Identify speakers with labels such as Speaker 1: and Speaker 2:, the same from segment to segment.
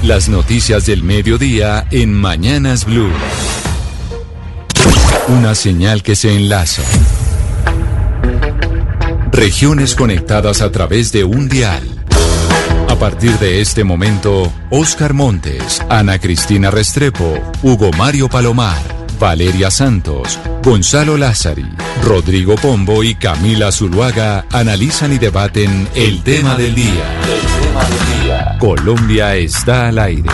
Speaker 1: Las noticias del mediodía en Mañanas Blue. Una señal que se enlaza. Regiones conectadas a través de un dial. A partir de este momento, Óscar Montes, Ana Cristina Restrepo, Hugo Mario Palomar, Valeria Santos, Gonzalo Lázari, Rodrigo Pombo y Camila Zuluaga analizan y debaten el tema del día. Colombia está al aire.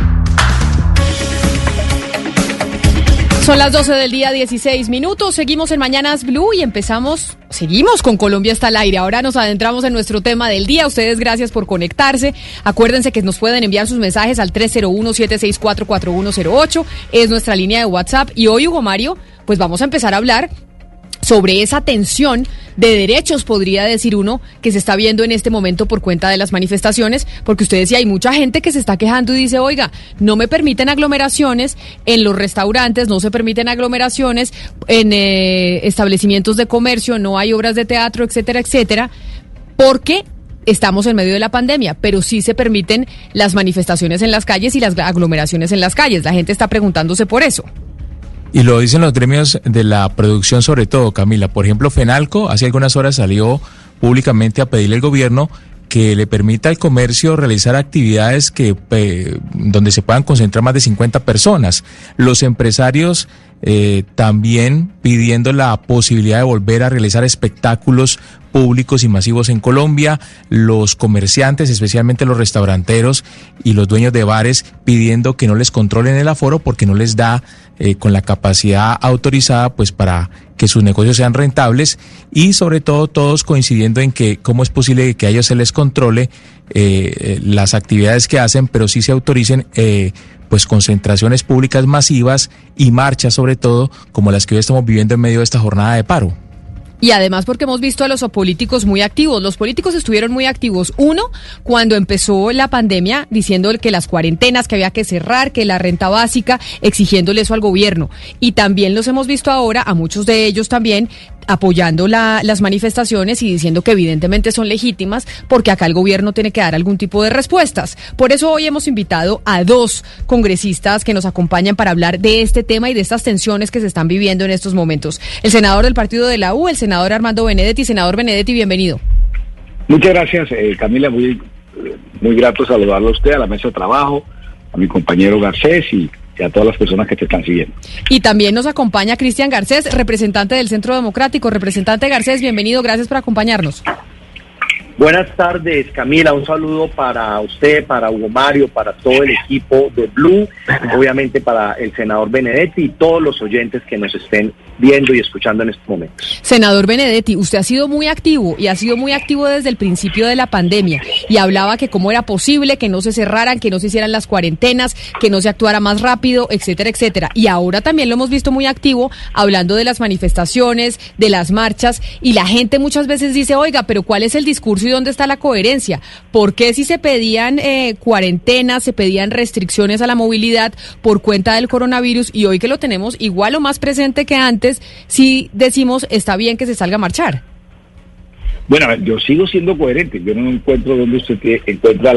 Speaker 2: Son las 12 del día, 16 minutos. Seguimos en Mañanas Blue y seguimos con Colombia está al aire. Ahora nos adentramos en nuestro tema del día. Ustedes, gracias por conectarse. Acuérdense que nos pueden enviar sus mensajes al 301-764-4108. Es nuestra línea de WhatsApp. Y hoy, Hugo Mario, pues vamos a empezar a hablar sobre esa tensión de derechos, podría decir uno, que se está viendo en este momento por cuenta de las manifestaciones, porque usted decía, hay mucha gente que se está quejando y dice, oiga, no me permiten aglomeraciones en los restaurantes, no se permiten aglomeraciones en establecimientos de comercio, no hay obras de teatro, etcétera, etcétera, porque estamos en medio de la pandemia, pero sí se permiten las manifestaciones en las calles y las aglomeraciones en las calles. La gente está preguntándose por eso.
Speaker 3: Y lo dicen los gremios de la producción sobre todo, Camila. Por ejemplo, FENALCO hace algunas horas salió públicamente a pedirle al gobierno que le permita al comercio realizar actividades donde se puedan concentrar más de 50 personas. Los empresarios también pidiendo la posibilidad de volver a realizar espectáculos públicos y masivos en Colombia, los comerciantes, especialmente los restauranteros y los dueños de bares, pidiendo que no les controlen el aforo porque no les da con la capacidad autorizada pues para que sus negocios sean rentables, y sobre todo todos coincidiendo en que cómo es posible que a ellos se les controle las actividades que hacen, pero sí se autoricen pues concentraciones públicas masivas y marchas sobre todo como las que hoy estamos viviendo en medio de esta jornada de paro.
Speaker 2: Y además porque hemos visto a los políticos muy activos. Los políticos estuvieron muy activos. Uno, cuando empezó la pandemia, diciendo que las cuarentenas, que había que cerrar, que la renta básica, exigiéndole eso al gobierno. Y también los hemos visto ahora, a muchos de ellos también, apoyando las manifestaciones y diciendo que evidentemente son legítimas, porque acá el gobierno tiene que dar algún tipo de respuestas. Por eso hoy hemos invitado a dos congresistas que nos acompañan para hablar de este tema y de estas tensiones que se están viviendo en estos momentos. El senador del partido de la U, el senador Armando Benedetti. Senador Benedetti, bienvenido.
Speaker 4: Muchas gracias, Camila, muy grato saludarlo a usted, a la mesa de trabajo, a mi compañero Garcés y a todas las personas que te están siguiendo.
Speaker 2: Y también nos acompaña Cristian Garcés, representante del Centro Democrático. Representante Garcés, bienvenido, gracias por acompañarnos.
Speaker 5: Buenas tardes, Camila, un saludo para usted, para Hugo Mario, para todo el equipo de Blue, obviamente para el senador Benedetti y todos los oyentes que nos estén viendo y escuchando en este momento.
Speaker 2: Senador Benedetti, usted ha sido muy activo y ha sido muy activo desde el principio de la pandemia y hablaba que cómo era posible que no se cerraran, que no se hicieran las cuarentenas, que no se actuara más rápido, etcétera, etcétera. Y ahora también lo hemos visto muy activo hablando de las manifestaciones, de las marchas, y la gente muchas veces dice, oiga, pero ¿cuál es el discurso y dónde está la coherencia? ¿Por qué si se pedían cuarentenas, se pedían restricciones a la movilidad por cuenta del coronavirus, y hoy que lo tenemos igual o más presente que antes, si decimos está bien que se salga a marchar?
Speaker 4: Bueno, yo sigo siendo coherente. Yo no encuentro donde usted encuentra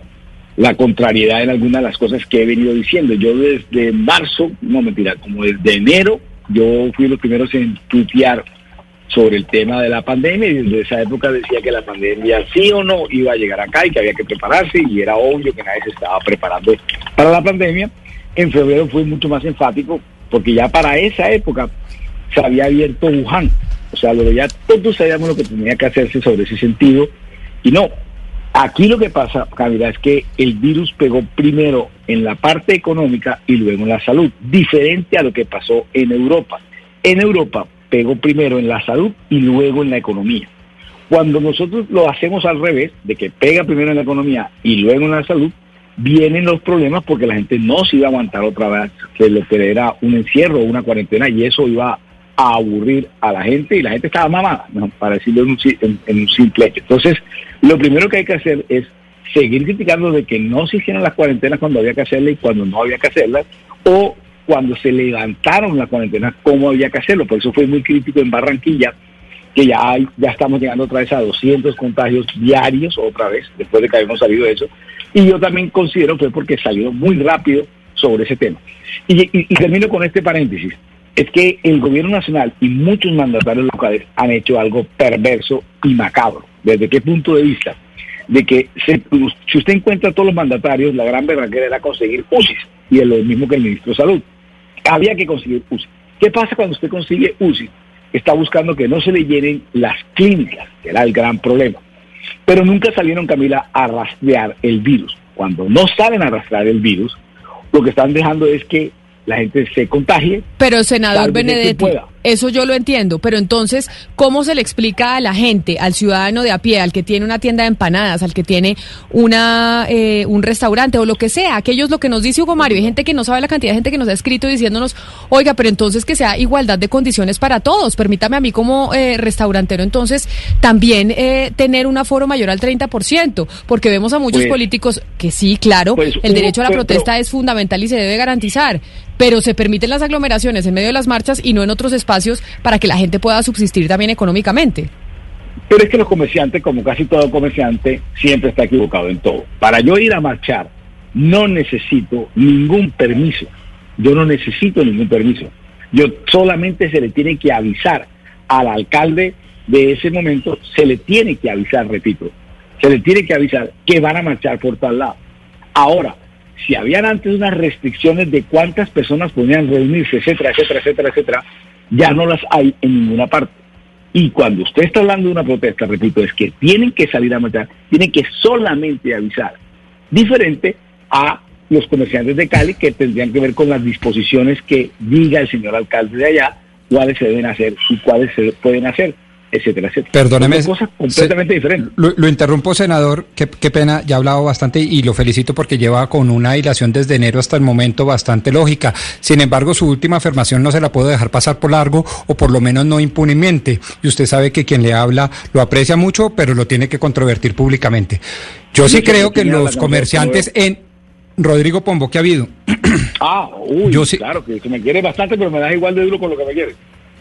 Speaker 4: la contrariedad en algunas de las cosas que he venido diciendo. Yo desde marzo, no mentira, como desde enero, yo fui los primeros en tuitear sobre el tema de la pandemia, y desde esa época decía que la pandemia sí o no iba a llegar acá y que había que prepararse, y era obvio que nadie se estaba preparando para la pandemia. En febrero fui mucho más enfático, porque ya para esa época se había abierto Wuhan, o sea, ya todos sabíamos lo que tenía que hacerse sobre ese sentido, y no. Aquí lo que pasa, Camila, es que el virus pegó primero en la parte económica y luego en la salud, diferente a lo que pasó en Europa. En Europa pegó primero en la salud y luego en la economía. Cuando nosotros lo hacemos al revés, de que pega primero en la economía y luego en la salud, vienen los problemas porque la gente no se iba a aguantar otra vez que lo que era un encierro o una cuarentena, y eso iba a aburrir a la gente, y la gente estaba mamada, ¿no?, para decirlo en un simple hecho. Entonces, lo primero que hay que hacer es seguir criticando de que no se hicieron las cuarentenas cuando había que hacerlas y cuando no había que hacerlas, o cuando se levantaron las cuarentenas, cómo había que hacerlo. Por eso fue muy crítico en Barranquilla, que ya estamos llegando otra vez a 200 contagios diarios, otra vez, después de que habíamos salido de eso. Y yo también considero que fue porque salió muy rápido sobre ese tema. Y termino con este paréntesis. Es que el gobierno nacional y muchos mandatarios locales han hecho algo perverso y macabro. ¿Desde qué punto de vista? De que si usted encuentra a todos los mandatarios, la gran berraquera era conseguir UCIs, y es lo mismo que el ministro de Salud. Había que conseguir UCI. ¿Qué pasa cuando usted consigue UCI? Está buscando que no se le llenen las clínicas, que era el gran problema. Pero nunca salieron, Camila, a rastrear el virus. Cuando no salen a rastrear el virus, lo que están dejando es que la gente se contagie.
Speaker 2: Pero, senador Benedetti, eso yo lo entiendo, pero entonces, ¿cómo se le explica a la gente, al ciudadano de a pie, al que tiene una tienda de empanadas, al que tiene un restaurante o lo que sea? Aquello es lo que nos dice Hugo Mario. Hay gente que no sabe la cantidad de gente que nos ha escrito diciéndonos, oiga, pero entonces que sea igualdad de condiciones para todos. Permítame a mí como restaurantero, entonces, también tener un aforo mayor al 30%, porque vemos a muchos políticos que sí, claro, el derecho a la protesta es fundamental y se debe garantizar, pero se permiten las aglomeraciones en medio de las marchas y no en otros espacios para que la gente pueda subsistir también económicamente.
Speaker 4: Pero es que los comerciantes, como casi todo comerciante, siempre está equivocado en todo. Para yo ir a marchar, no necesito ningún permiso. Yo no necesito ningún permiso. Yo solamente se le tiene que avisar al alcalde de ese momento, se le tiene que avisar, repito, se le tiene que avisar que van a marchar por tal lado. Ahora, si habían antes unas restricciones de cuántas personas podían reunirse, etcétera, etcétera, etcétera, etcétera, ya no las hay en ninguna parte. Y cuando usted está hablando de una protesta, repito, es que tienen que salir a marchar, tienen que solamente avisar. Diferente a los comerciantes de Cali, que tendrían que ver con las disposiciones que diga el señor alcalde de allá, cuáles se deben hacer y cuáles se pueden hacer, etcétera, etcétera.
Speaker 6: Perdóneme.
Speaker 4: Son cosas completamente diferentes.
Speaker 6: Lo interrumpo, senador. Qué pena, ya ha hablado bastante y lo felicito porque lleva con una dilación desde enero hasta el momento bastante lógica. Sin embargo, su última afirmación no se la puedo dejar pasar por largo, o por lo menos no impunemente. Y usted sabe que quien le habla lo aprecia mucho, pero lo tiene que controvertir públicamente. Yo sí creo que los comerciantes en... Rodrigo Pombo, ¿qué ha habido?
Speaker 4: Yo sí, claro, que me quiere bastante, pero me das igual de duro con lo que me quiere.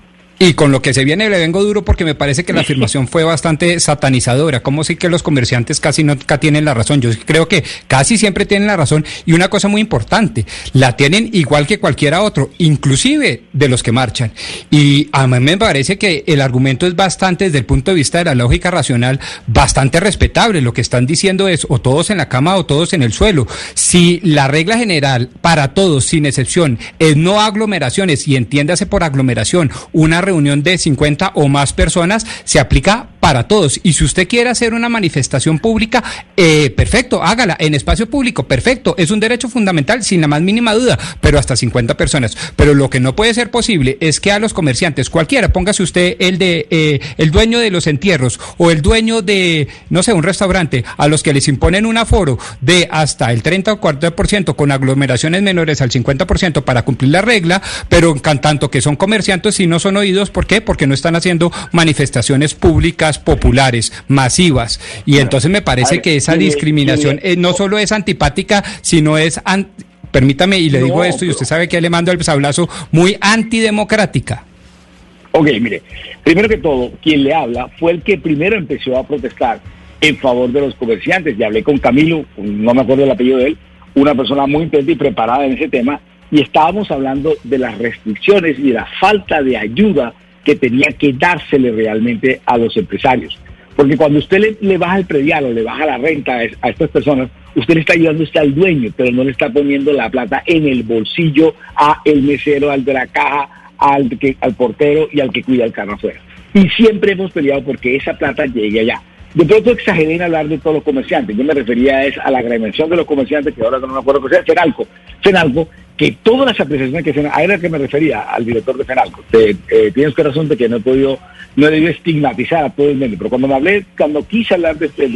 Speaker 6: Y con lo que se viene le vengo duro porque me parece que la afirmación fue bastante satanizadora. ¿Cómo sí que los comerciantes casi nunca tienen la razón? Yo creo que casi siempre tienen la razón, y una cosa muy importante, la tienen igual que cualquiera otro, inclusive de los que marchan. Y a mí me parece que el argumento es bastante, desde el punto de vista de la lógica racional, bastante respetable. Lo que están diciendo es o todos en la cama o todos en el suelo. Si la regla general para todos, sin excepción, es no aglomeraciones, y entiéndase por aglomeración una reunión de 50 o más personas, se aplica para todos. Y si usted quiere hacer una manifestación pública, perfecto, hágala en espacio público, perfecto, es un derecho fundamental sin la más mínima duda, pero hasta 50 personas. Pero lo que no puede ser posible es que a los comerciantes, cualquiera, póngase usted el dueño de los entierros o el dueño de, no sé, un restaurante, a los que les imponen un aforo de hasta el 30 o 40% con aglomeraciones menores al 50% para cumplir la regla, pero en tanto que son comerciantes y no son oídos. ¿Por qué? Porque no están haciendo manifestaciones públicas, populares, masivas. Y entonces me parece que esa discriminación no solo es antipática, sino es, permítame y le digo esto, y usted sabe que le mando el sablazo, muy antidemocrática.
Speaker 4: Ok, mire, primero que todo, quien le habla fue el que primero empezó a protestar en favor de los comerciantes. Ya hablé con Camilo, no me acuerdo el apellido de él, una persona muy intenta y preparada en ese tema, y estábamos hablando de las restricciones y de la falta de ayuda que tenía que dársele realmente a los empresarios. Porque cuando usted le baja el predial o le baja la renta a estas personas, usted le está ayudando al dueño, pero no le está poniendo la plata en el bolsillo a el mesero, al de la caja, al portero y al que cuida el carro afuera. Y siempre hemos peleado porque esa plata llegue allá. De pronto exageré en hablar de todos los comerciantes. Yo me refería a la agremiación de los comerciantes, que ahora no me acuerdo qué sea, FENALCO, que todas las apreciaciones que se a era que me refería, al director de FENALCO. Tienes razón de que no he debido estigmatizar a todo el mundo, pero cuando quise hablar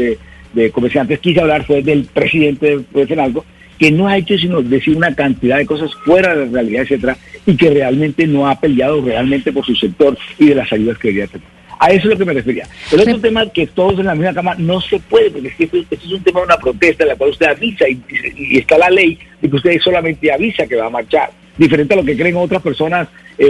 Speaker 4: de comerciantes, quise hablar fue del presidente de FENALCO, que no ha hecho sino decir una cantidad de cosas fuera de la realidad, etcétera, y que realmente no ha peleado realmente por su sector y de las ayudas que debería tener. A eso es lo que me refería. El otro tema, que todos en la misma cama, no se puede, porque es que esto es un tema de una protesta en la cual usted avisa y está la ley de que usted solamente avisa que va a marchar. Diferente a lo que creen otras personas,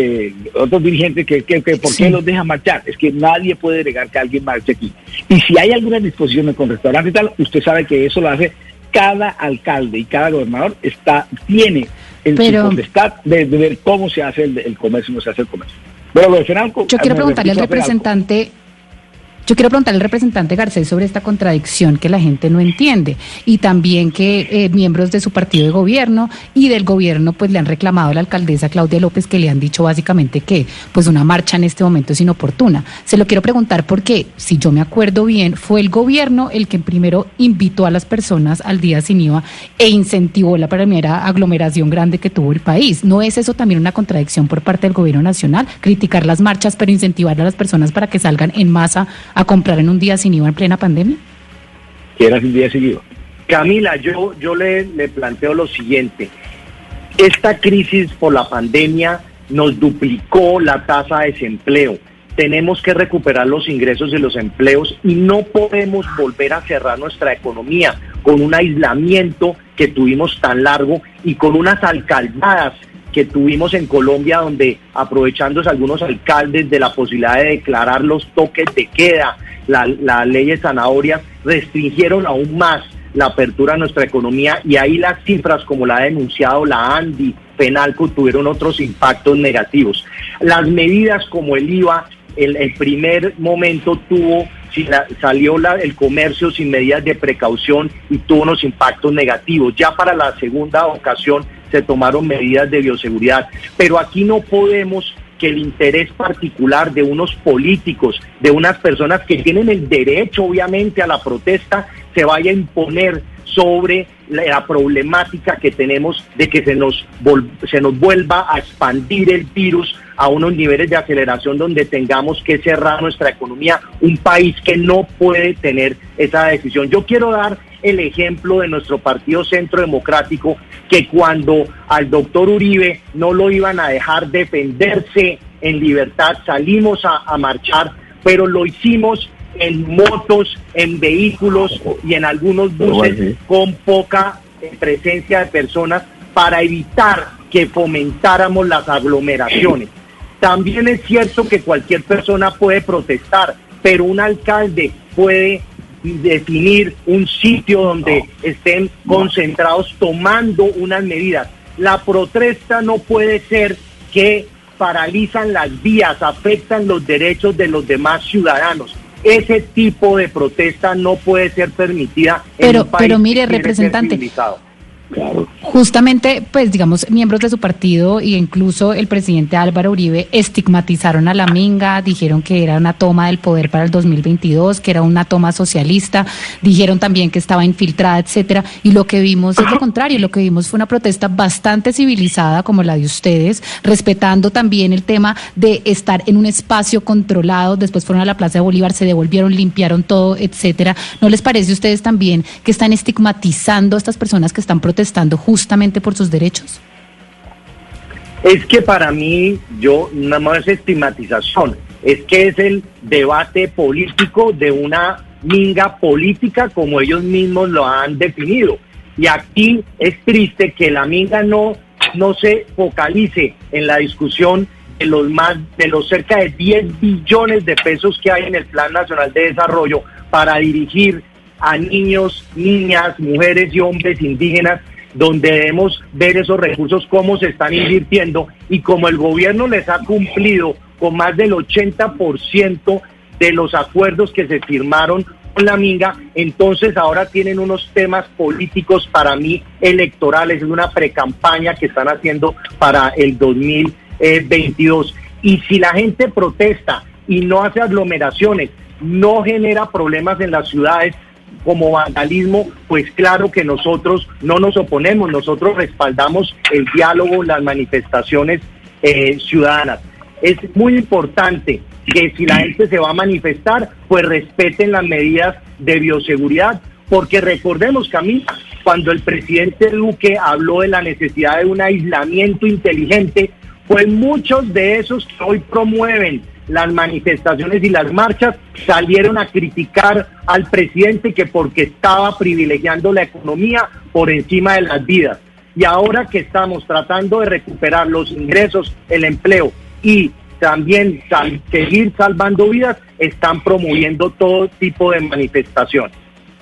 Speaker 4: otros dirigentes que ¿por qué los dejan marchar? Es que nadie puede negar que alguien marche aquí. Y si hay algunas disposiciones con restaurantes y tal, usted sabe que eso lo hace cada alcalde y cada gobernador tiene en su potestad de ver cómo se hace el comercio y no se hace el comercio. Bueno, lo de Fenalco,
Speaker 2: yo quiero preguntarle al representante Garcés sobre esta contradicción que la gente no entiende, y también que miembros de su partido de gobierno y del gobierno pues le han reclamado a la alcaldesa Claudia López, que le han dicho básicamente que pues una marcha en este momento es inoportuna. Se lo quiero preguntar porque, si yo me acuerdo bien, fue el gobierno el que primero invitó a las personas al día sin IVA e incentivó la primera aglomeración grande que tuvo el país. ¿No es eso también una contradicción por parte del gobierno nacional? Criticar las marchas pero incentivar a las personas para que salgan en masa a comprar en un día sin IVA en plena pandemia?
Speaker 4: ¿Qué era un día sin IVA?
Speaker 5: Camila, yo le planteo lo siguiente. Esta crisis por la pandemia nos duplicó la tasa de desempleo. Tenemos que recuperar los ingresos y los empleos y no podemos volver a cerrar nuestra economía con un aislamiento que tuvimos tan largo y con unas alcaldadas que tuvimos en Colombia, donde, aprovechándose algunos alcaldes de la posibilidad de declarar los toques de queda, la ley de zanahorias, restringieron aún más la apertura de nuestra economía, y ahí las cifras, como la ha denunciado la ANDI, Fenalco, tuvieron otros impactos negativos. Las medidas como el IVA, el primer momento salió el comercio sin medidas de precaución y tuvo unos impactos negativos. Ya para la segunda ocasión se tomaron medidas de bioseguridad, pero aquí no podemos que el interés particular de unos políticos, de unas personas que tienen el derecho obviamente a la protesta, se vaya a imponer sobre la problemática que tenemos de que se nos vuelva a expandir el virus a unos niveles de aceleración donde tengamos que cerrar nuestra economía, un país que no puede tener esa decisión. Yo quiero dar el ejemplo de nuestro partido Centro Democrático, que cuando al doctor Uribe no lo iban a dejar defenderse en libertad, salimos a marchar, pero lo hicimos en motos, en vehículos y en algunos buses con poca presencia de personas para evitar que fomentáramos las aglomeraciones. También es cierto que cualquier persona puede protestar, pero un alcalde puede definir un sitio donde estén concentrados tomando unas medidas. La protesta no puede ser que paralizan las vías, afectan los derechos de los demás ciudadanos. Ese tipo de protesta no puede ser permitida en un país.
Speaker 2: Pero mire, representante,
Speaker 4: Claro.
Speaker 2: Justamente, pues digamos, miembros de su partido e incluso el presidente Álvaro Uribe estigmatizaron a la Minga, dijeron que era una toma del poder para el 2022, que era una toma socialista, dijeron también que estaba infiltrada, etcétera, y lo que vimos es lo contrario. Lo que vimos fue una protesta bastante civilizada como la de ustedes, respetando también el tema de estar en un espacio controlado. Después fueron a la Plaza de Bolívar, se devolvieron, limpiaron todo, etcétera. ¿No les parece a ustedes también que están estigmatizando a estas personas que están protestando justamente por sus derechos?
Speaker 5: Es que para mí, no más es estigmatización, es que es el debate político de una minga política como ellos mismos lo han definido. Y aquí es triste que la minga no se focalice en la discusión de los cerca de 10 billones de pesos que hay en el Plan Nacional de Desarrollo para dirigir a niños, niñas, mujeres y hombres indígenas, donde debemos ver esos recursos, cómo se están invirtiendo, y como el gobierno les ha cumplido con más del 80% de los acuerdos que se firmaron con la minga, entonces ahora tienen unos temas políticos, para mí electorales, es una precampaña que están haciendo para el 2022. Y si la gente protesta y no hace aglomeraciones, no genera problemas en las ciudades como vandalismo, pues claro que nosotros no nos oponemos, nosotros respaldamos el diálogo, las manifestaciones ciudadanas. Es muy importante que si la gente se va a manifestar, pues respeten las medidas de bioseguridad, porque recordemos, Camila, cuando el presidente Duque habló de la necesidad de un aislamiento inteligente, pues muchos de esos que hoy promueven las manifestaciones y las marchas salieron a criticar al presidente que porque estaba privilegiando la economía por encima de las vidas. Y ahora que estamos tratando de recuperar los ingresos, el empleo y también seguir salvando vidas, están promoviendo todo tipo de manifestaciones.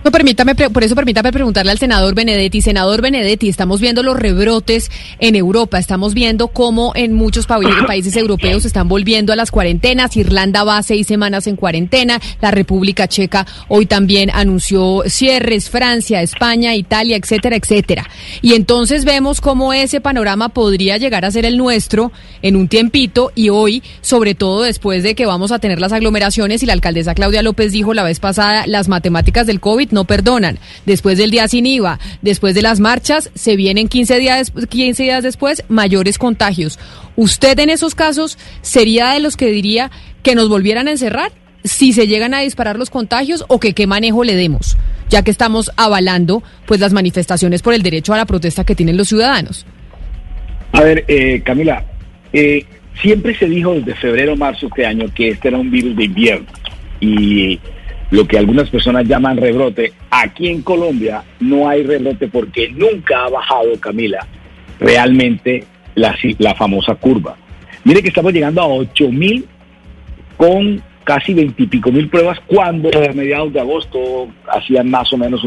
Speaker 2: No, por eso permítame preguntarle al senador Benedetti. Senador Benedetti, estamos viendo los rebrotes en Europa, estamos viendo cómo en muchos países europeos están volviendo a las cuarentenas. Irlanda va 6 semanas en cuarentena, la República Checa hoy también anunció cierres, Francia, España, Italia, etcétera, etcétera. Y entonces vemos cómo ese panorama podría llegar a ser el nuestro en un tiempito, y hoy, sobre todo después de que vamos a tener las aglomeraciones, y la alcaldesa Claudia López dijo la vez pasada, las matemáticas del COVID no perdonan. Después del día sin IVA, después de las marchas, se vienen 15 días después mayores contagios. ¿Usted en esos casos sería de los que diría que nos volvieran a encerrar si se llegan a disparar los contagios, o que qué manejo le demos, ya que estamos avalando pues las manifestaciones por el derecho a la protesta que tienen los ciudadanos?
Speaker 4: A ver, Camila, siempre se dijo desde febrero o marzo de este año que este era un virus de invierno, y lo que algunas personas llaman rebrote. Aquí en Colombia no hay rebrote porque nunca ha bajado, Camila, realmente la famosa curva. Mire que estamos llegando a 8.000 con casi 20 y pico mil pruebas, cuando a mediados de agosto hacían más o menos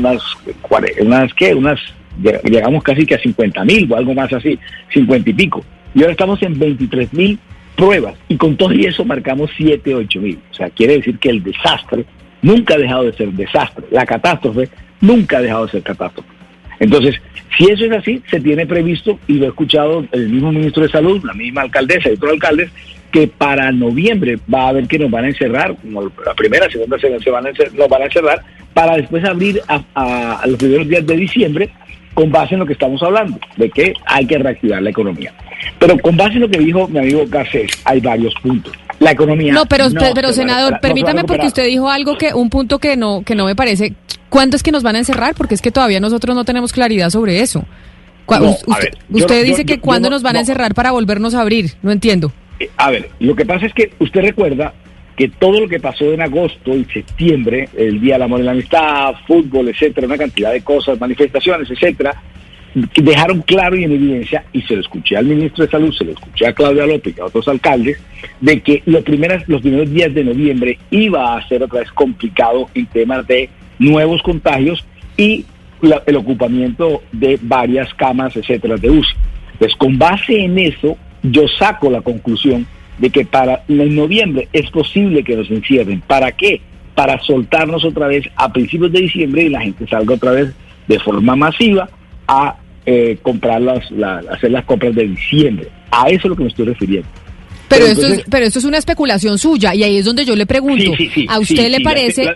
Speaker 4: llegamos casi que a 50.000 o algo más así, 50 y pico. Y ahora estamos en 23.000 pruebas, y con todo y eso marcamos 7, 8.000. O sea, quiere decir que el desastre nunca ha dejado de ser desastre. La catástrofe nunca ha dejado de ser catástrofe. Entonces, si eso es así, se tiene previsto, y lo he escuchado el mismo ministro de Salud, la misma alcaldesa y otros alcaldes, que para noviembre va a haber que nos van a encerrar, como la primera, segunda nos van a encerrar, para después abrir a los primeros días de diciembre, con base en lo que estamos hablando, de que hay que reactivar la economía. Pero con base en lo que dijo mi amigo Garcés, hay varios puntos. La economía...
Speaker 2: pero senador, permítame, porque usted dijo algo un punto que no me parece. ¿Cuándo es que nos van a encerrar? Porque es que todavía nosotros no tenemos claridad sobre eso. Usted dice que cuándo nos van a encerrar para volvernos a abrir. No entiendo.
Speaker 4: A ver, lo que pasa es que usted recuerda que todo lo que pasó en agosto y septiembre, el Día del Amor y la Amistad, fútbol, etcétera, una cantidad de cosas, manifestaciones, etcétera, dejaron claro y en evidencia, y se lo escuché al ministro de Salud, se lo escuché a Claudia López y a otros alcaldes, de que los primeros días de noviembre iba a ser otra vez complicado en temas de nuevos contagios y el ocupamiento de varias camas, etcétera, de UCI. Pues con base en eso, yo saco la conclusión de que en noviembre es posible que nos encierren. ¿Para qué? Para soltarnos otra vez a principios de diciembre y la gente salga otra vez de forma masiva a comprar hacer las compras de diciembre. A eso es lo que me estoy refiriendo.
Speaker 2: Pero esto es una especulación suya, y ahí es donde yo le pregunto, ¿a usted le parece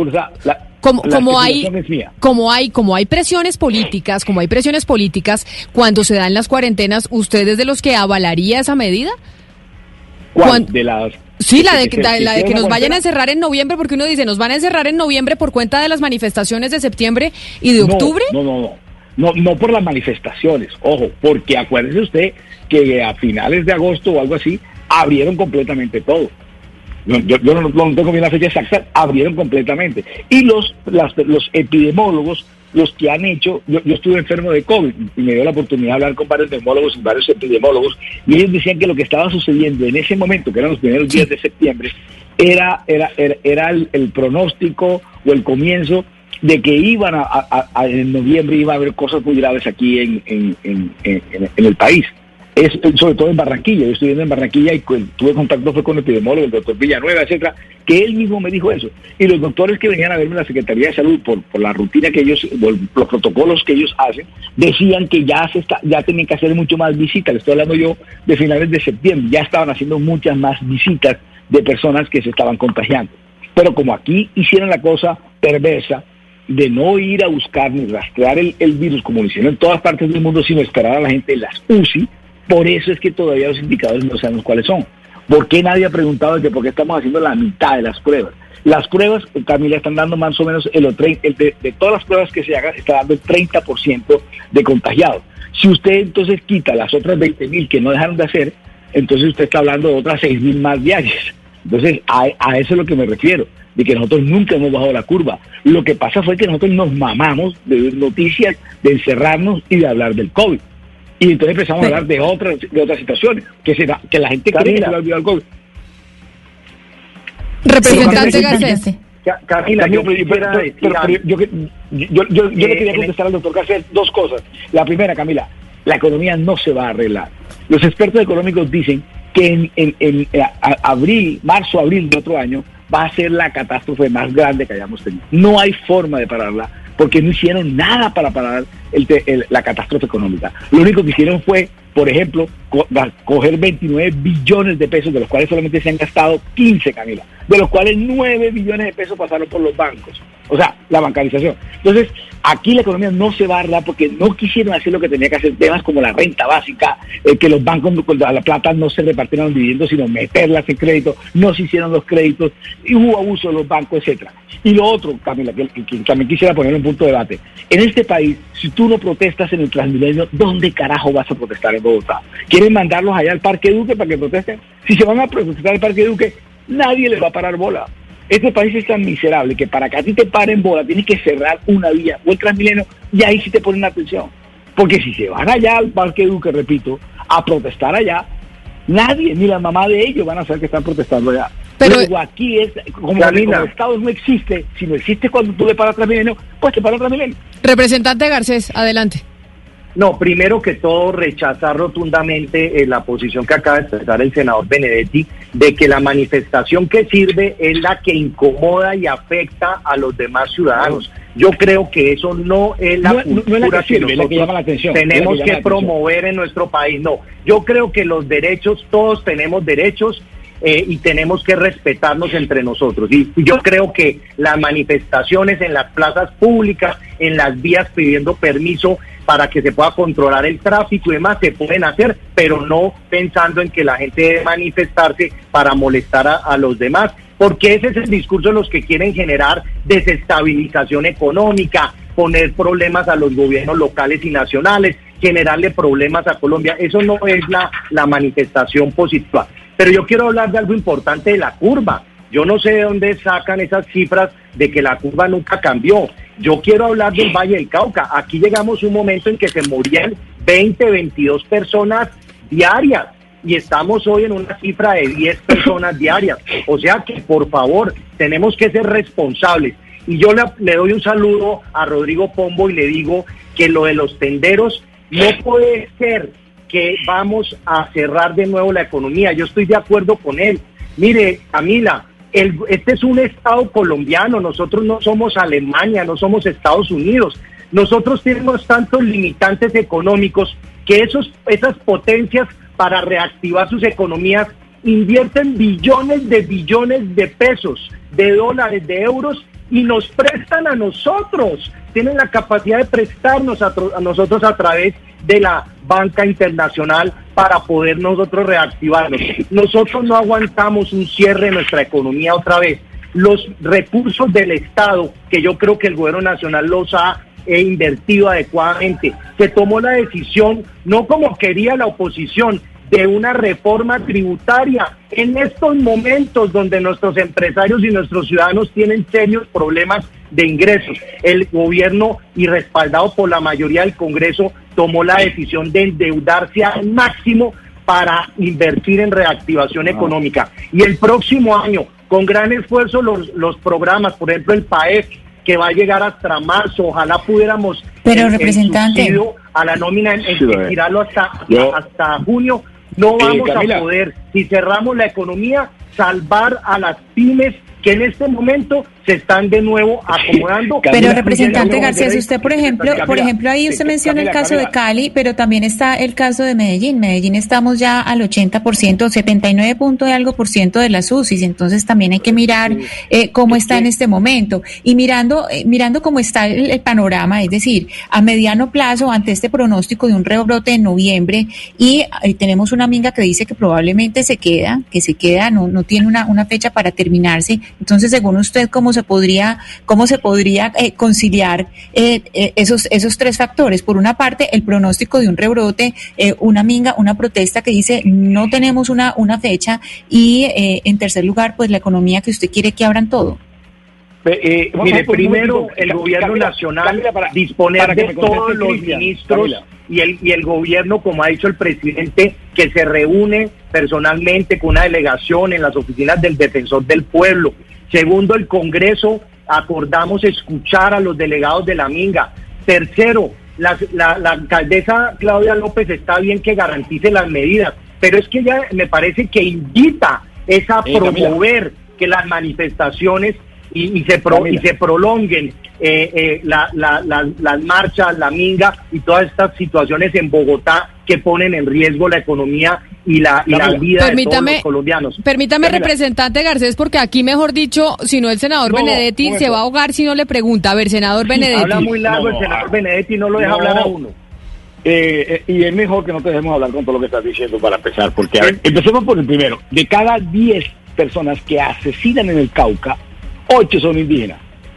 Speaker 2: como hay presiones políticas, cuando se dan las cuarentenas, ¿usted es de los que avalaría esa medida?
Speaker 4: ¿Cuál? De las...
Speaker 2: Sí, la de que nos vayan a encerrar en noviembre, porque uno dice, ¿nos van a encerrar en noviembre por cuenta de las manifestaciones de septiembre y de octubre?
Speaker 4: No por las manifestaciones, ojo, porque acuérdese usted que a finales de agosto o algo así, abrieron completamente todo. Yo no tengo bien la fecha exacta, abrieron completamente. Y los epidemiólogos, los que han hecho, yo estuve enfermo de COVID y me dio la oportunidad de hablar con varios epidemiólogos y varios epidemiólogos, y ellos decían que lo que estaba sucediendo en ese momento, que eran los primeros días de septiembre, era el pronóstico o el comienzo de que iban en noviembre iba a haber cosas muy graves aquí en el país. Sobre todo en Barranquilla. Yo estoy viviendo en Barranquilla y tuve contacto con el epidemiólogo, el doctor Villanueva, etcétera, que él mismo me dijo eso. Y los doctores que venían a verme en la Secretaría de Salud por la rutina que ellos, los protocolos que ellos hacen, decían que ya tenían que hacer mucho más visitas. Le estoy hablando yo de finales de septiembre. Ya estaban haciendo muchas más visitas de personas que se estaban contagiando. Pero como aquí hicieron la cosa perversa de no ir a buscar ni rastrear el virus como lo hicieron en todas partes del mundo, sino esperar a la gente en las UCI, por eso es que todavía los indicadores no sabemos cuáles son. ¿Por qué nadie ha preguntado de por qué estamos haciendo la mitad de las pruebas? Las pruebas, Camila, están dando más o menos de todas las pruebas que se hagan, está dando el 30% de contagiados. Si usted entonces quita las otras 20.000 que no dejaron de hacer, entonces usted está hablando de otras 6.000 más diarias. Entonces, a eso es lo que me refiero, de que nosotros nunca hemos bajado la curva. Lo que pasa fue que nosotros nos mamamos de ver noticias, de encerrarnos y de hablar del COVID. Y entonces empezamos a hablar de otras situaciones, que la gente cree que se le ha olvidado el COVID.
Speaker 2: Representante Garcés.
Speaker 5: Camila, yo le
Speaker 4: quería contestar al doctor Garcés dos cosas. La primera, Camila, la economía no se va a arreglar. Los expertos económicos dicen que en marzo, abril de otro año va a ser la catástrofe más grande que hayamos tenido. No hay forma de pararla porque no hicieron nada para parar la catástrofe económica. Lo único que hicieron fue, por ejemplo, coger 29 billones de pesos, de los cuales solamente se han gastado 15, Camila, de los cuales 9 billones de pesos pasaron por los bancos. O sea, la bancarización. Entonces, aquí la economía no se va a arreglar porque no quisieron hacer lo que tenía que hacer, temas como la renta básica, que los bancos con la plata no se repartieron dividendos, sino meterlas en crédito, no se hicieron los créditos, y hubo abuso de los bancos, etcétera. Y lo otro, Camila, que también quisiera poner un punto de debate. En este país, si tú no protestas en el Transmilenio, ¿dónde carajo vas a protestar en Bogotá? ¿Quieren mandarlos allá al Parque Duque para que protesten? Si se van a protestar al Parque Duque, nadie les va a parar bola. Este país es tan miserable que para que a ti te paren bola tienes que cerrar una vía o el Transmilenio y ahí sí te ponen atención. Porque si se van allá al Parque Duque, repito, a protestar allá, nadie, ni la mamá de ellos van a saber que están protestando allá. Pero luego aquí es, como el Estado no existe, si no existe cuando tú le paras Transmilenio, pues te paras Transmilenio.
Speaker 2: Representante Garcés, adelante.
Speaker 5: No, primero que todo, rechazar rotundamente la posición que acaba de expresar el senador Benedetti de que la manifestación que sirve es la que incomoda y afecta a los demás ciudadanos. Yo creo que eso no es la cultura que nosotros tenemos que promover en nuestro país. No, yo creo que los derechos, todos tenemos derechos, y tenemos que respetarnos entre nosotros. Y yo creo que las manifestaciones en las plazas públicas, en las vías pidiendo permiso para que se pueda controlar el tráfico y demás, se pueden hacer, pero no pensando en que la gente debe manifestarse para molestar a los demás, porque ese es el discurso de los que quieren generar desestabilización económica, poner problemas a los gobiernos locales y nacionales, generarle problemas a Colombia. Eso no es la manifestación positiva. Pero yo quiero hablar de algo importante de la curva. Yo no sé de dónde sacan esas cifras de que la curva nunca cambió. Yo quiero hablar del Valle del Cauca. Aquí llegamos a un momento en que se morían 20, 22 personas diarias y estamos hoy en una cifra de 10 personas diarias. O sea que, por favor, tenemos que ser responsables. Y yo le doy un saludo a Rodrigo Pombo y le digo que lo de los tenderos no puede ser que vamos a cerrar de nuevo la economía. Yo estoy de acuerdo con él. Mire, Camila, este es un Estado colombiano, nosotros no somos Alemania, no somos Estados Unidos. Nosotros tenemos tantos limitantes económicos que esas potencias para reactivar sus economías invierten billones de pesos, de dólares, de euros y nos prestan a nosotros. Tienen la capacidad de prestarnos a nosotros a través de la banca internacional para poder nosotros reactivarnos. Nosotros no aguantamos un cierre de nuestra economía otra vez. Los recursos del Estado, que yo creo que el gobierno nacional los ha invertido adecuadamente, se tomó la decisión, no como quería la oposición, de una reforma tributaria en estos momentos donde nuestros empresarios y nuestros ciudadanos tienen serios problemas de ingresos. El gobierno, y respaldado por la mayoría del Congreso, tomó la decisión de endeudarse al máximo para invertir en reactivación económica. Y el próximo año, con gran esfuerzo, los programas, por ejemplo el PAEF, que va a llegar hasta marzo, ojalá pudiéramos
Speaker 7: representante,
Speaker 5: a la nómina tirarlo hasta junio. No vamos a poder, si cerramos la economía, salvar a las pymes que en este momento se están de nuevo acomodando.
Speaker 7: Pero representante Garcés, usted por ejemplo ahí usted menciona el caso de Cali, pero también está el caso de Medellín. Medellín estamos ya al 80%, 79 punto de algo por ciento de las UCIs, entonces también hay que mirar cómo está en este momento y mirando cómo está el panorama, es decir, a mediano plazo ante este pronóstico de un rebrote en noviembre y tenemos una amiga que dice que probablemente se queda, no tiene una fecha para terminarse. Entonces, según usted, ¿cómo se podría conciliar esos tres factores? Por una parte, el pronóstico de un rebrote, una protesta que dice no tenemos una fecha y en tercer lugar, pues la economía que usted quiere que abran todo.
Speaker 5: Mire, primero el gobierno nacional disponer de todos los ministros y el gobierno, como ha dicho el presidente, que se reúne personalmente con una delegación en las oficinas del Defensor del Pueblo, Segundo, el Congreso acordamos escuchar a los delegados de la Minga. Tercero, la alcaldesa Claudia López está bien que garantice las medidas, pero es que ella me parece que invita a promover que las manifestaciones y se prolonguen las marchas, la Minga y todas estas situaciones en Bogotá que ponen en riesgo la economía y la vida de todos los colombianos.
Speaker 2: Permítame, representante Garcés, porque aquí, mejor dicho, si no el senador Benedetti se va a ahogar si no le pregunta. A ver, senador Benedetti.
Speaker 5: Habla muy largo el senador Benedetti, no lo deja hablar a uno.
Speaker 4: Y es mejor que no te dejemos hablar con todo lo que estás diciendo para empezar, porque a ver, empecemos por el primero. De cada 10 personas que asesinan en el Cauca, 8 son indígenas.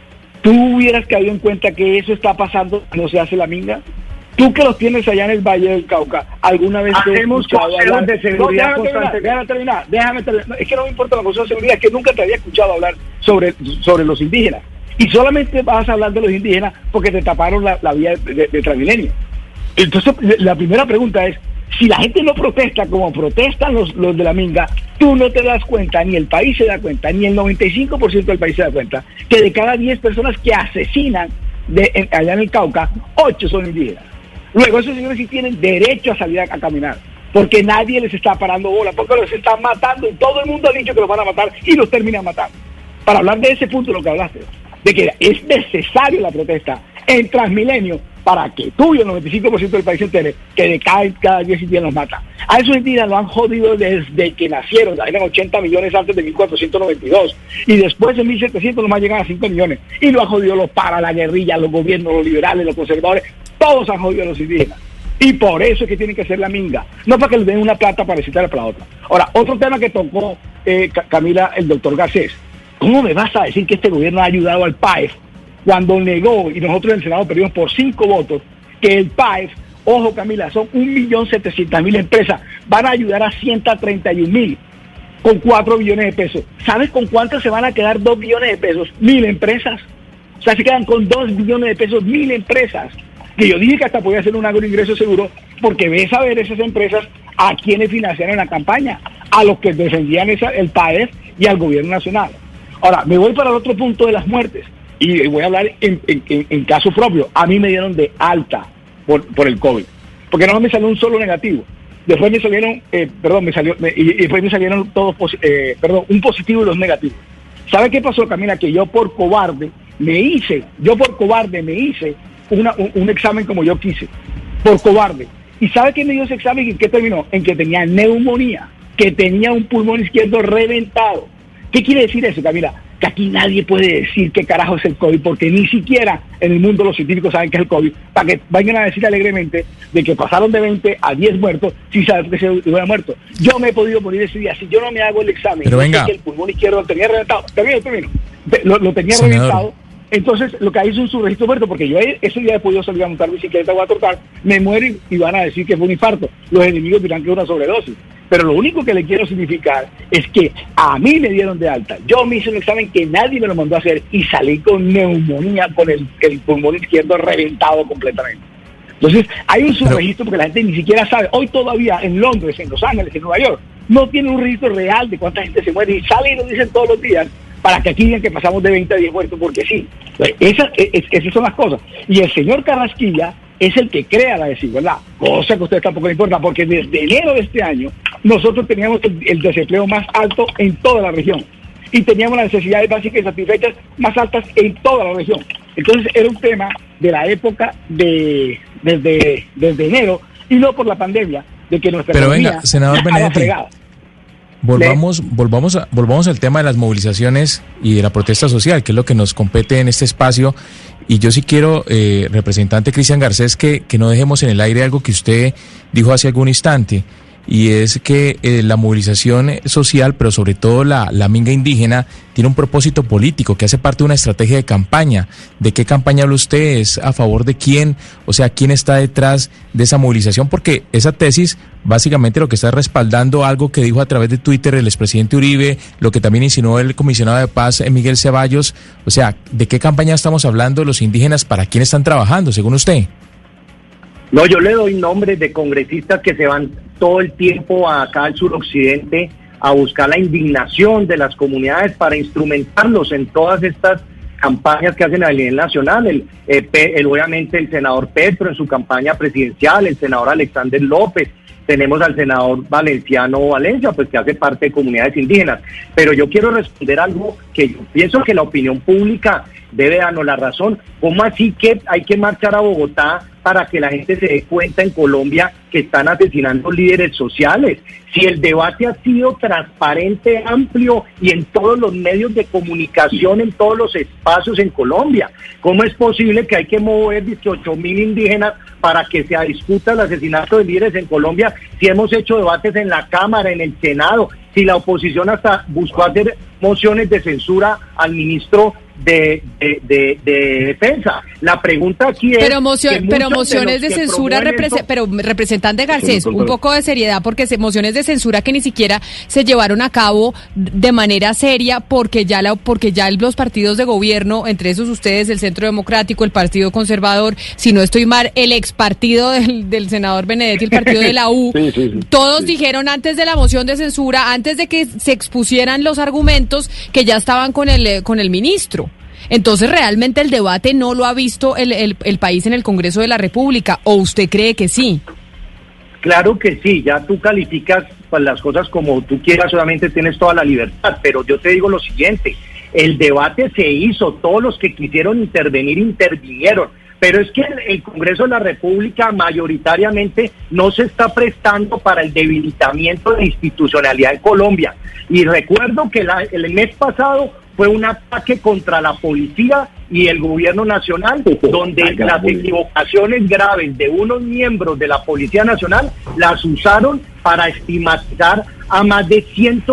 Speaker 4: ¿Tú hubieras caído en cuenta que eso está pasando, no se hace la Minga? Tú que los tienes allá en el Valle del Cauca, ¿alguna vez te
Speaker 5: hemos escuchado hablar de seguridad?
Speaker 4: Déjame terminar. Es que no me importa la cuestión de seguridad, es que nunca te había escuchado hablar sobre los indígenas. Y solamente vas a hablar de los indígenas porque te taparon la vía de Transmilenio. Entonces, la primera pregunta es, si la gente no protesta como protestan los de la Minga, tú no te das cuenta, ni el país se da cuenta, ni el 95% del país se da cuenta, que de cada 10 personas que asesinan allá en el Cauca, 8 son indígenas. Luego esos señores sí tienen derecho a salir a caminar, porque nadie les está parando bola, porque los están matando, y todo el mundo ha dicho que los van a matar, y los terminan matando. Para hablar de ese punto, lo que hablaste, de que es necesario la protesta en Transmilenio, para que tú y el 95% del país se entere que de cada 10 indígenas los matan. A esos indígenas lo han jodido desde que nacieron, eran 80 millones antes de 1492, y después en 1700 nomás llegan a 5 millones, y lo han jodido los para, la guerrilla, los gobiernos, los liberales, los conservadores, todos han jodido a los indígenas. Y por eso es que tienen que hacer la Minga, no para que les den una plata para citar para la otra. Ahora, otro tema que tocó Camila, el doctor Garcés. ¿Cómo me vas a decir que este gobierno ha ayudado al PAEF cuando negó, y nosotros en el Senado perdimos por 5 votos, que el PAEF, ojo Camila, son 1.700.000 empresas, van a ayudar a 131.000 con 4 billones de pesos? ¿Sabes con cuántas se van a quedar 2 billones de pesos? 1.000 empresas. O sea, se quedan con 2 billones de pesos 1.000 empresas. Que yo dije que hasta podía ser un agroingreso seguro, porque ves a ver esas empresas a quienes financiaron la campaña, a los que defendían el PAEF y al gobierno nacional. Ahora, me voy para el otro punto de las muertes. Y voy a hablar en caso propio. A mí me dieron de alta por el COVID, porque no me salió un solo negativo. Después me salieron, después me salieron todos, un positivo y dos negativos. ¿Sabe qué pasó, Camila? Que yo por cobarde me hice un examen como yo quise, por cobarde. ¿Y sabe qué me dio ese examen y en qué terminó? En que tenía neumonía, que tenía un pulmón izquierdo reventado. ¿Qué quiere decir eso, Camila? Que aquí nadie puede decir qué carajo es el COVID, porque ni siquiera en el mundo los científicos saben qué es el COVID, para que vayan a decir alegremente de que pasaron de 20 a 10 muertos, si saben que se hubiera muerto. Yo me he podido morir ese día, si yo no me hago el examen,
Speaker 3: pero venga,
Speaker 4: que el pulmón izquierdo lo tenía reventado, lo tenía reventado. Entonces, lo que hay es un subregistro muerto, porque yo ese día he podido salir a montar bicicleta o a trotar, me muero y van a decir que fue un infarto. Los enemigos dirán que es una sobredosis. Pero lo único que le quiero significar es que a mí me dieron de alta. Yo me hice un examen que nadie me lo mandó a hacer y salí con neumonía, con el pulmón izquierdo reventado completamente. Entonces, hay un subregistro porque la gente ni siquiera sabe. Hoy todavía en Londres, en Los Ángeles, en Nueva York, no tienen un registro real de cuánta gente se muere y salen y lo dicen todos los días, para que aquí digan que pasamos de 20 a 10 muertos, porque sí. Esas son las cosas. Y el señor Carrasquilla es el que crea la desigualdad, cosa que a usted tampoco le importa, porque desde enero de este año nosotros teníamos el desempleo más alto en toda la región y teníamos las necesidades básicas y satisfechas más altas en toda la región. Entonces era un tema de la época desde enero y no por la pandemia, de que nuestra economía
Speaker 3: venga, senador Benedetti, volvamos al tema de las movilizaciones y de la protesta social, que es lo que nos compete en este espacio. Y yo sí quiero, representante Cristian Garcés, que no dejemos en el aire algo que usted dijo hace algún instante, y es que la movilización social, pero sobre todo la minga indígena, tiene un propósito político que hace parte de una estrategia de campaña. ¿De qué campaña habla usted? ¿Es a favor de quién? O sea, ¿quién está detrás de esa movilización? Porque esa tesis básicamente lo que está respaldando algo que dijo a través de Twitter el expresidente Uribe, lo que también insinuó el comisionado de paz Miguel Ceballos. O sea, ¿de qué campaña estamos hablando los indígenas? ¿Para quién están trabajando, según usted?
Speaker 5: No, yo le doy nombres de congresistas que se van todo el tiempo acá al suroccidente a buscar la indignación de las comunidades para instrumentarlos en todas estas campañas que hacen a nivel nacional. Obviamente el senador Petro en su campaña presidencial, el senador Alexander López, tenemos al senador Valenciano Valencia, pues que hace parte de comunidades indígenas. Pero yo quiero responder algo que yo pienso que la opinión pública debe darnos la razón. ¿Cómo así que hay que marchar a Bogotá para que la gente se dé cuenta en Colombia que están asesinando líderes sociales? Si el debate ha sido transparente, amplio y en todos los medios de comunicación, en todos los espacios en Colombia, ¿cómo es posible que hay que mover 18.000 indígenas para que se discuta el asesinato de líderes en Colombia si hemos hecho debates en la Cámara, en el Senado, si la oposición hasta buscó hacer mociones de censura al ministro de Defensa? La pregunta aquí es...
Speaker 2: Pero mociones de censura, pero representante Garcés, un poco de seriedad, porque mociones de censura que ni siquiera se llevaron a cabo de manera seria, porque ya los partidos de gobierno, entre esos ustedes, el Centro Democrático, el Partido Conservador, si no estoy mal, el ex partido del senador Benedetti, el partido de la U, todos dijeron antes de la moción de censura, antes de que se expusieran los argumentos, que ya estaban con el ministro. Entonces, ¿realmente el debate no lo ha visto el país en el Congreso de la República? ¿O usted cree que sí?
Speaker 5: Claro que sí, ya tú calificas pues, las cosas como tú quieras, solamente tienes toda la libertad, pero yo te digo lo siguiente, el debate se hizo, todos los que quisieron intervenir, intervinieron, pero es que el Congreso de la República mayoritariamente no se está prestando para el debilitamiento de la institucionalidad en Colombia. Y recuerdo que el mes pasado fue un ataque contra la policía y el gobierno nacional, donde las equivocaciones graves de unos miembros de la Policía Nacional las usaron para estigmatizar a más de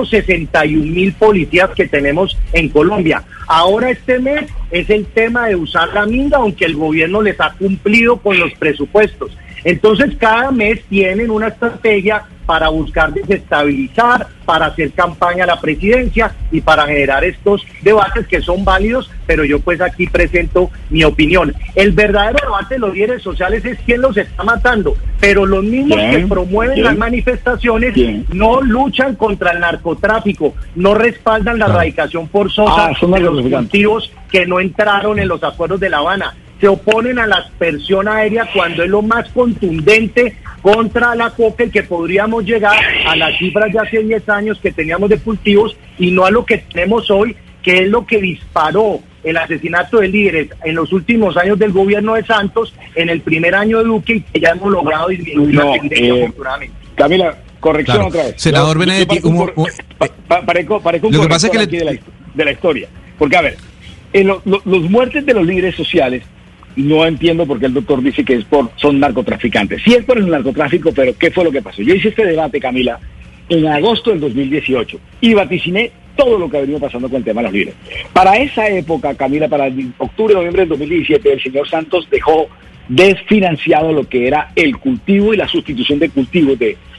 Speaker 5: 161.000 policías que tenemos en Colombia. Ahora este mes es el tema de usar la minga, aunque el gobierno les ha cumplido con los presupuestos. Entonces cada mes tienen una estrategia para buscar desestabilizar, para hacer campaña a la presidencia y para generar estos debates que son válidos, pero yo pues aquí presento mi opinión. El verdadero debate de los líderes sociales es quién los está matando, pero los mismos que promueven las manifestaciones no luchan contra el narcotráfico, no respaldan la erradicación forzosa de los cultivos que no entraron en los acuerdos de La Habana. Se oponen a la aspersión aérea cuando es lo más contundente contra la coca y que podríamos llegar a las cifras de hace 10 años que teníamos de cultivos y no a lo que tenemos hoy, que es lo que disparó el asesinato de líderes en los últimos años del gobierno de Santos, en el primer año de Duque, y que ya hemos logrado disminuir la tendencia afortunadamente.
Speaker 4: Camila, corrección otra vez.
Speaker 8: Senador Benedetti,
Speaker 4: parezco un corrector aquí de la historia. Porque, a ver, los muertes de los líderes sociales, no entiendo por qué el doctor dice que son narcotraficantes. Sí es por el narcotráfico, pero ¿qué fue lo que pasó? Yo hice este debate, Camila, en agosto del 2018 y vaticiné todo lo que ha venido pasando con el tema de los líderes. Para esa época, Camila, para el octubre, noviembre del 2017, el señor Santos dejó desfinanciado lo que era el cultivo y la sustitución de cultivos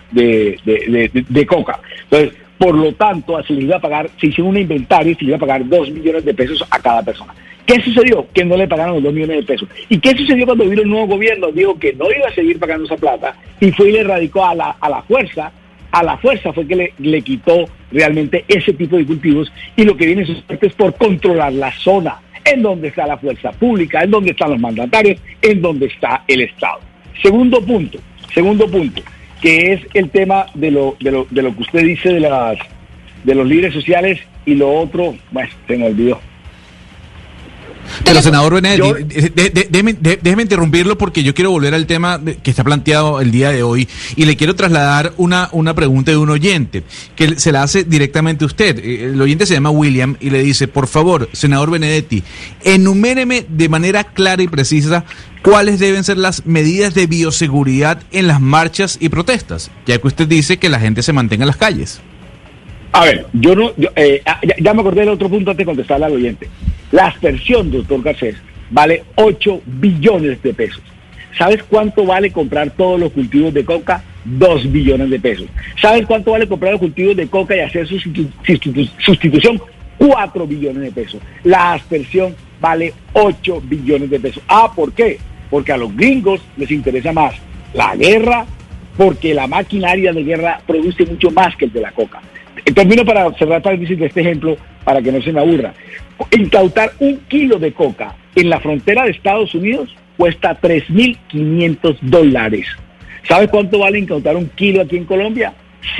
Speaker 4: de coca. Entonces, por lo tanto, se hicieron un inventario y se le iba a pagar 2 millones de pesos a cada persona. ¿Qué sucedió? Que no le pagaron los 2 millones de pesos. ¿Y qué sucedió cuando vino el nuevo gobierno? Dijo que no iba a seguir pagando esa plata y fue y le radicó a la fuerza. A la fuerza fue que le quitó realmente ese tipo de cultivos, y lo que viene es por controlar la zona en donde está la fuerza pública, en donde están los mandatarios, en donde está el Estado. Segundo punto, que es el tema de lo que usted dice de los líderes sociales, y lo otro, bueno, se me olvidó.
Speaker 8: Pero, senador Benedetti, déjeme interrumpirlo porque yo quiero volver al tema que está planteado el día de hoy y le quiero trasladar una pregunta de un oyente que se la hace directamente a usted. El oyente se llama William y le dice: por favor, senador Benedetti, enuméreme de manera clara y precisa cuáles deben ser las medidas de bioseguridad en las marchas y protestas, ya que usted dice que la gente se mantenga en las calles.
Speaker 4: A ver, ya me acordé del otro punto antes de contestarle al oyente. La aspersión, doctor Garcés, vale 8 billones de pesos. ¿Sabes cuánto vale comprar todos los cultivos de coca? 2 billones de pesos. ¿Sabes cuánto vale comprar los cultivos de coca y hacer su sustitución? 4 billones de pesos. La aspersión vale 8 billones de pesos. ¿Por qué? Porque a los gringos les interesa más la guerra, porque la maquinaria de guerra produce mucho más que el de la coca. Termino para cerrar paréntesis de este ejemplo, para que no se me aburra. Incautar 1 kilo de coca en la frontera de Estados Unidos cuesta $3.500. ¿Sabes cuánto vale incautar 1 kilo aquí en Colombia?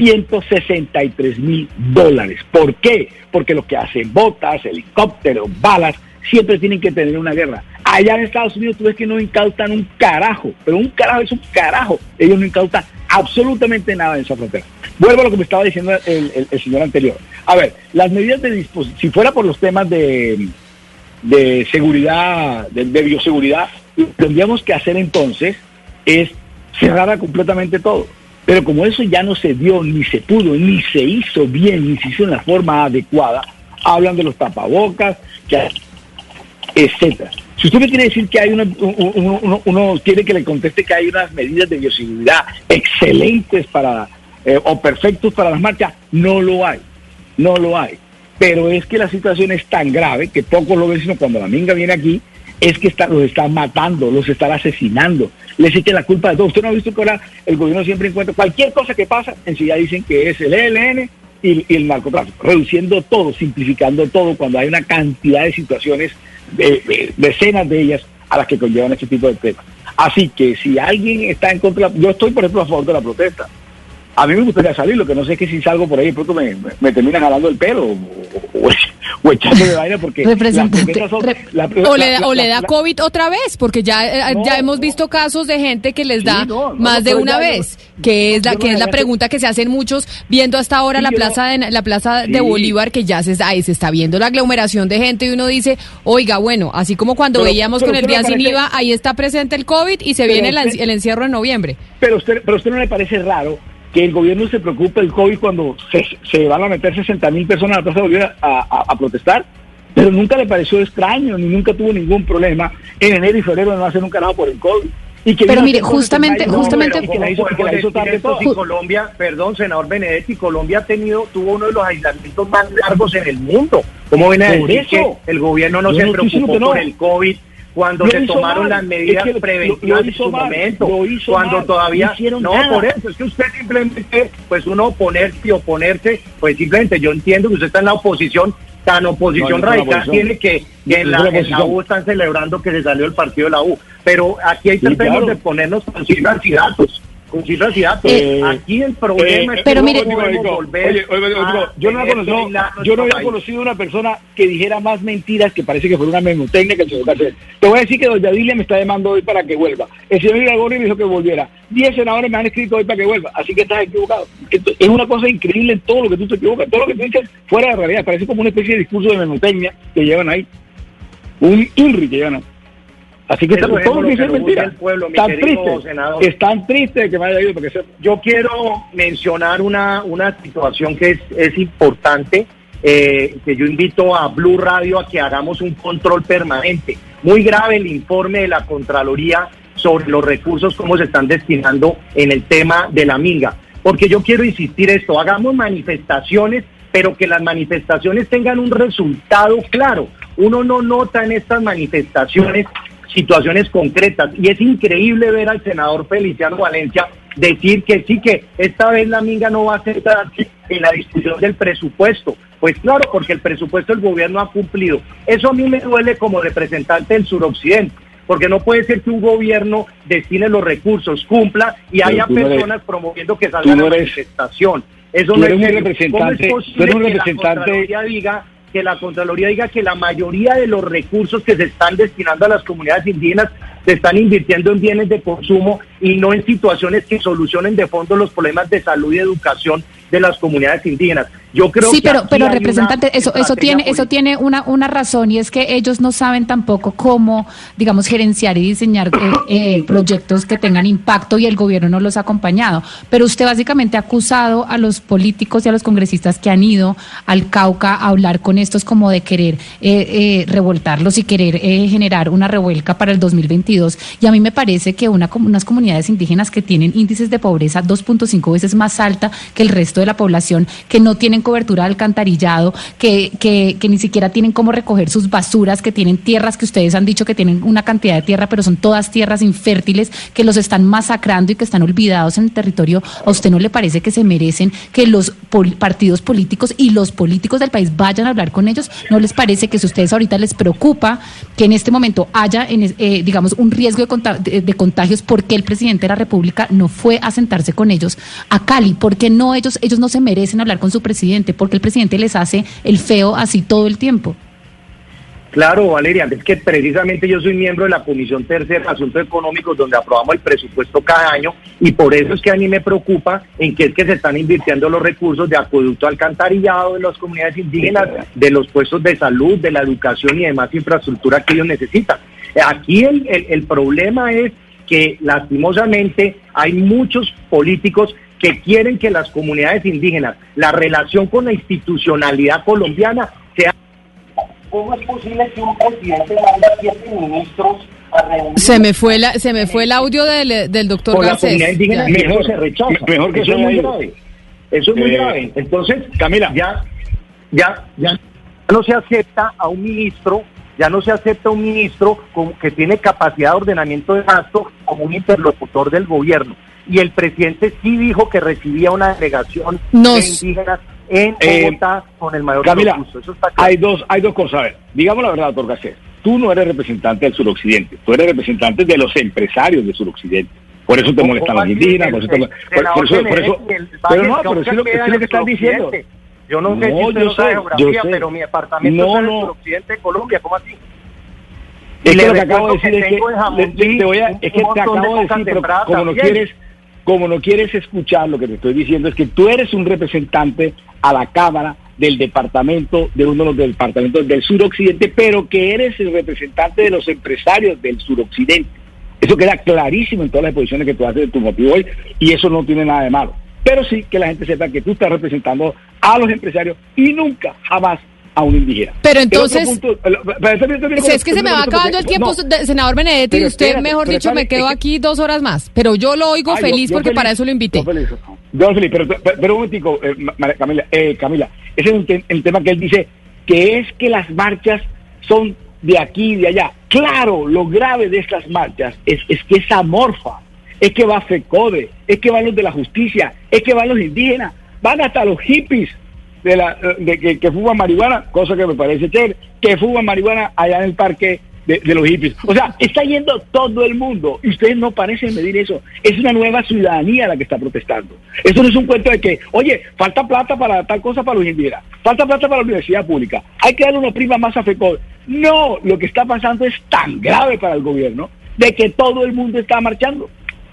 Speaker 4: $163.000. ¿Por qué? Porque lo que hacen botas, helicópteros, balas, siempre tienen que tener una guerra. Allá en Estados Unidos tú ves que no incautan un carajo, pero un carajo es un carajo. Ellos no incautan absolutamente nada en esa frontera. Vuelvo a lo que me estaba diciendo el señor anterior. A ver, las medidas de disposición, si fuera por los temas de seguridad, de bioseguridad, lo que tendríamos que hacer entonces es cerrar completamente todo. Pero como eso ya no se dio, ni se pudo, ni se hizo bien, ni se hizo en la forma adecuada, hablan de los tapabocas, etcétera. Si usted me quiere decir que hay uno quiere que le conteste que hay unas medidas de bioseguridad excelentes o perfectos para las marchas, no lo hay. Pero es que la situación es tan grave que pocos lo ven, sino cuando la minga viene aquí, es que los están matando, los están asesinando, les echen la culpa de todo. Usted no ha visto que ahora el gobierno siempre encuentra cualquier cosa que pasa, enseguida dicen que es el ELN y el narcotráfico, reduciendo todo, simplificando todo, cuando hay una cantidad de situaciones, decenas de ellas, a las que conllevan este tipo de temas. Así que si alguien está en contra, yo estoy por ejemplo a favor de la protesta. A mí me gustaría salir, lo que no sé es que si salgo por ahí de pronto me terminan jalando el pelo o echando de vaina porque
Speaker 2: o le da COVID otra vez, porque ya hemos visto casos de gente que les da más de una vez, que es la pregunta que se hacen muchos viendo hasta ahora la plaza de Bolívar, que ya se está viendo la aglomeración de gente y uno dice, oiga, bueno, así como cuando veíamos con el día sin IVA, ahí está presente el COVID y se viene el encierro en noviembre.
Speaker 4: Pero usted no le parece raro que el gobierno se preocupe del COVID cuando se van a meter 60.000 personas a la Plaza de Bolívar a protestar? Pero nunca le pareció extraño, ni nunca tuvo ningún problema en enero y febrero de no hacer un carajo por el COVID.
Speaker 7: Pero mire, justamente
Speaker 5: Colombia, perdón, senador Benedetti, Colombia tuvo uno de los aislamientos más largos en el mundo. ¿Cómo viene a decir que el gobierno no se preocupó por el COVID? Cuando se tomaron las medidas preventivas en su momento, cuando todavía no, por eso es que usted simplemente, pues uno oponerse, pues simplemente yo entiendo que usted está en la oposición, tan oposición radical tiene que en la U están celebrando que se salió el partido de la U, pero aquí hay tratemos de ponernos con cifras y datos. Aquí el problema es que
Speaker 7: pero mire,
Speaker 4: yo no había conocido una persona que dijera más mentiras, que parece que fue una memotecnia que el señor Garcés. Te voy a decir que doña Dilia me está llamando hoy para que vuelva. El señor Iragorri me dijo que volviera. 10 senadores me han escrito hoy para que vuelva, así que estás equivocado. Es una cosa increíble en todo lo que tú te equivocas, todo lo que tú dices fuera de realidad, parece como una especie de discurso de memotecnia que llevan ahí. Un INRI que llevan ahí. Así que todo lo que dice es mentira. Están tristes de que me haya ido. Porque
Speaker 5: yo quiero mencionar una situación que es importante, que yo invito a Blue Radio a que hagamos un control permanente. Muy grave el informe de la Contraloría sobre los recursos, cómo se están destinando en el tema de la minga. Porque yo quiero insistir esto, hagamos manifestaciones, pero que las manifestaciones tengan un resultado claro. Uno no nota en estas manifestaciones situaciones concretas, y es increíble ver al senador Feliciano Valencia decir que sí, que esta vez la minga no va a centrarse en la discusión del presupuesto. Pues claro, porque el presupuesto del gobierno ha cumplido. Eso a mí me duele como representante del suroccidente, porque no puede ser que un gobierno destine los recursos, cumpla y haya personas promoviendo que salga la manifestación. Eso no es representante. ¿Cómo es posible que la Contraloría diga que la mayoría de los recursos que se están destinando a las comunidades indígenas se están invirtiendo en bienes de consumo y no en situaciones que solucionen de fondo los problemas de salud y educación de las comunidades indígenas? Yo creo
Speaker 7: sí, pero representante, eso tiene una razón, y es que ellos no saben tampoco cómo, digamos, gerenciar y diseñar proyectos que tengan impacto, y el gobierno no los ha acompañado. Pero usted básicamente ha acusado a los políticos y a los congresistas que han ido al Cauca a hablar con estos como de querer revoltarlos y querer generar una revuelca para el 2022, y a mí me parece que unas comunidades indígenas que tienen índices de pobreza 2.5 veces más alta que el resto de la población que no tienen cobertura de alcantarillado, que ni siquiera tienen cómo recoger sus basuras, que tienen tierras que ustedes han dicho que tienen una cantidad de tierra, pero son todas tierras infértiles, que los están masacrando y que están olvidados en el territorio. ¿A usted no le parece que se merecen que los partidos políticos y los políticos del país vayan a hablar con ellos? ¿No les parece que si a ustedes ahorita les preocupa que en este momento haya, digamos, un riesgo de contagios, por qué el presidente de la República no fue a sentarse con ellos a Cali? ¿Por qué no ellos no se merecen hablar con su presidente? ¿Por qué el presidente les hace el feo así todo el tiempo?
Speaker 5: Claro, Valeria, es que precisamente yo soy miembro de la Comisión Tercera de Asuntos Económicos, donde aprobamos el presupuesto cada año, y por eso es que a mí me preocupa en qué es que se están invirtiendo los recursos de acueducto alcantarillado de las comunidades indígenas, de los puestos de salud, de la educación y demás infraestructura que ellos necesitan. Aquí el problema es que lastimosamente hay muchos políticos que quieren que las comunidades indígenas, la relación con la institucionalidad colombiana sea... ¿Cómo es posible que un presidente manda 7 ministros a reunir?
Speaker 2: Se me fue el audio del doctor Garcés.
Speaker 5: Mejor se rechaza.
Speaker 4: Mejor que
Speaker 5: eso es muy grave. Eso es muy grave. Entonces,
Speaker 4: Camila,
Speaker 5: ya no se acepta a un ministro, que tiene capacidad de ordenamiento de gasto como un interlocutor del gobierno. Y el presidente sí dijo que recibía una delegación de indígenas en Bogotá con el mayor
Speaker 4: Camila,
Speaker 5: gusto. Eso está claro.
Speaker 4: Hay dos cosas. A ver, digamos la verdad, doctor Garcés. Tú no eres representante del suroccidente, tú eres representante de los empresarios del suroccidente. Por eso te molestan los indígenas, por eso. Pero no, pero es lo que están diciendo.
Speaker 5: Yo no sé si usted no sabe geografía, pero mi departamento está en el suroccidente de Colombia. ¿Cómo así?
Speaker 4: Es que lo que acabo de decir es que te acabo de decir, pero como no quieres escuchar, lo que te estoy diciendo es que tú eres un representante a la Cámara del departamento, de uno de los departamentos del suroccidente, pero que eres el representante de los empresarios del suroccidente. Eso queda clarísimo en todas las exposiciones que tú haces de tu motivo hoy, y eso no tiene nada de malo. Pero sí que la gente sepa que tú estás representando a los empresarios y nunca, jamás a un indígena.
Speaker 2: Pero entonces, si es que se me va acabando el tiempo, senador Benedetti, y usted, mejor dicho, me quedo aquí 2 horas más, pero yo lo oigo feliz porque feliz, para eso lo invité.
Speaker 4: Yo feliz, pero un momentico, Camila, ese es el tema que él dice, que es que las marchas son de aquí y de allá. Claro, lo grave de estas marchas es que es amorfa, es que va FECODE, es que van los de la justicia, es que van los indígenas, van hasta los hippies que fuman marihuana, cosa que me parece chévere, que fuman marihuana allá en el parque de los hippies. O sea, está yendo todo el mundo y ustedes no parecen medir eso. Es una nueva ciudadanía la que está protestando. Eso no es un cuento de que, oye, falta plata para tal cosa para los indígenas, falta plata para la universidad pública, hay que darle una prima más a FECODE. No, lo que está pasando es tan grave para el gobierno de que todo el mundo está marchando.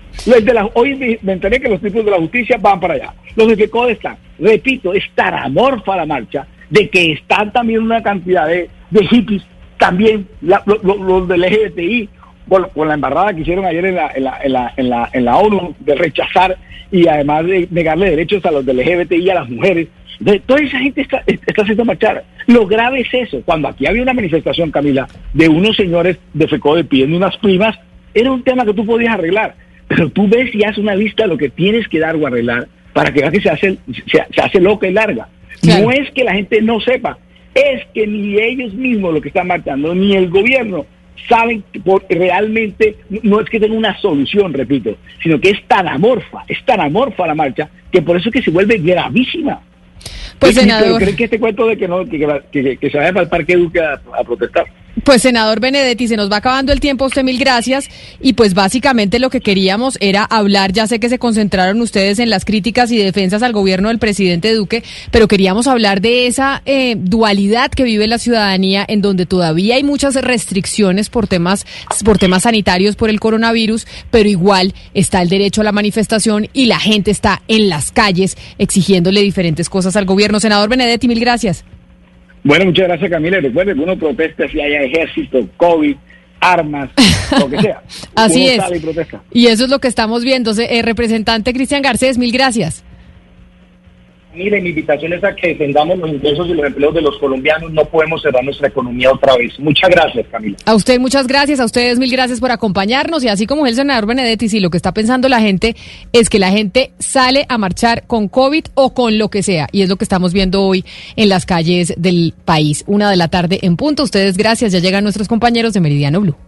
Speaker 4: Hoy me enteré que los tipos de la justicia van para allá. Los de FECODE están. Repito, es tan amorfa la marcha de que están también una cantidad de hippies, también los del LGBTI, con la embarrada que hicieron ayer en la ONU de rechazar y además de negarle derechos a los del LGBTI y a las mujeres. Toda esa gente está haciendo marchar. Lo grave es eso. Cuando aquí había una manifestación, Camila, de unos señores de FECODE pidiendo unas primas, era un tema que tú podías arreglar. Pero tú ves y haces una lista de lo que tienes que dar o arreglar para que veas que se hace loca y larga. Claro. No es que la gente no sepa, es que ni ellos mismos, lo que están marchando, ni el gobierno, saben que realmente no es que tenga una solución, repito, sino que es tan amorfa la marcha, que por eso es que se vuelve gravísima.
Speaker 2: Pues, senador,
Speaker 4: ¿creen que este cuento de que se vaya para el Parque Duque a protestar?
Speaker 2: Pues, senador Benedetti, se nos va acabando el tiempo, usted mil gracias, y pues básicamente lo que queríamos era hablar, ya sé que se concentraron ustedes en las críticas y defensas al gobierno del presidente Duque, pero queríamos hablar de esa dualidad que vive la ciudadanía, en donde todavía hay muchas restricciones por temas sanitarios por el coronavirus, pero igual está el derecho a la manifestación y la gente está en las calles exigiéndole diferentes cosas al gobierno. Senador Benedetti, mil gracias.
Speaker 4: Bueno, muchas gracias, Camila. Recuerden que uno protesta si haya ejército, COVID, armas, lo que sea.
Speaker 2: Así
Speaker 4: uno
Speaker 2: es.
Speaker 4: Sale y protesta.
Speaker 2: Y eso es lo que estamos viendo. Representante Cristian Garcés, mil gracias.
Speaker 5: Mire, mi invitación es a que defendamos los ingresos y los empleos de los colombianos. No podemos cerrar nuestra economía otra vez. Muchas gracias, Camila.
Speaker 2: A usted muchas gracias, a ustedes mil gracias por acompañarnos. Y así como el senador Benedetti, si lo que está pensando la gente es que la gente sale a marchar con COVID o con lo que sea. Y es lo que estamos viendo hoy en las calles del país. 1:00 p.m. en punto. Ustedes gracias, ya llegan nuestros compañeros de Meridiano Blue.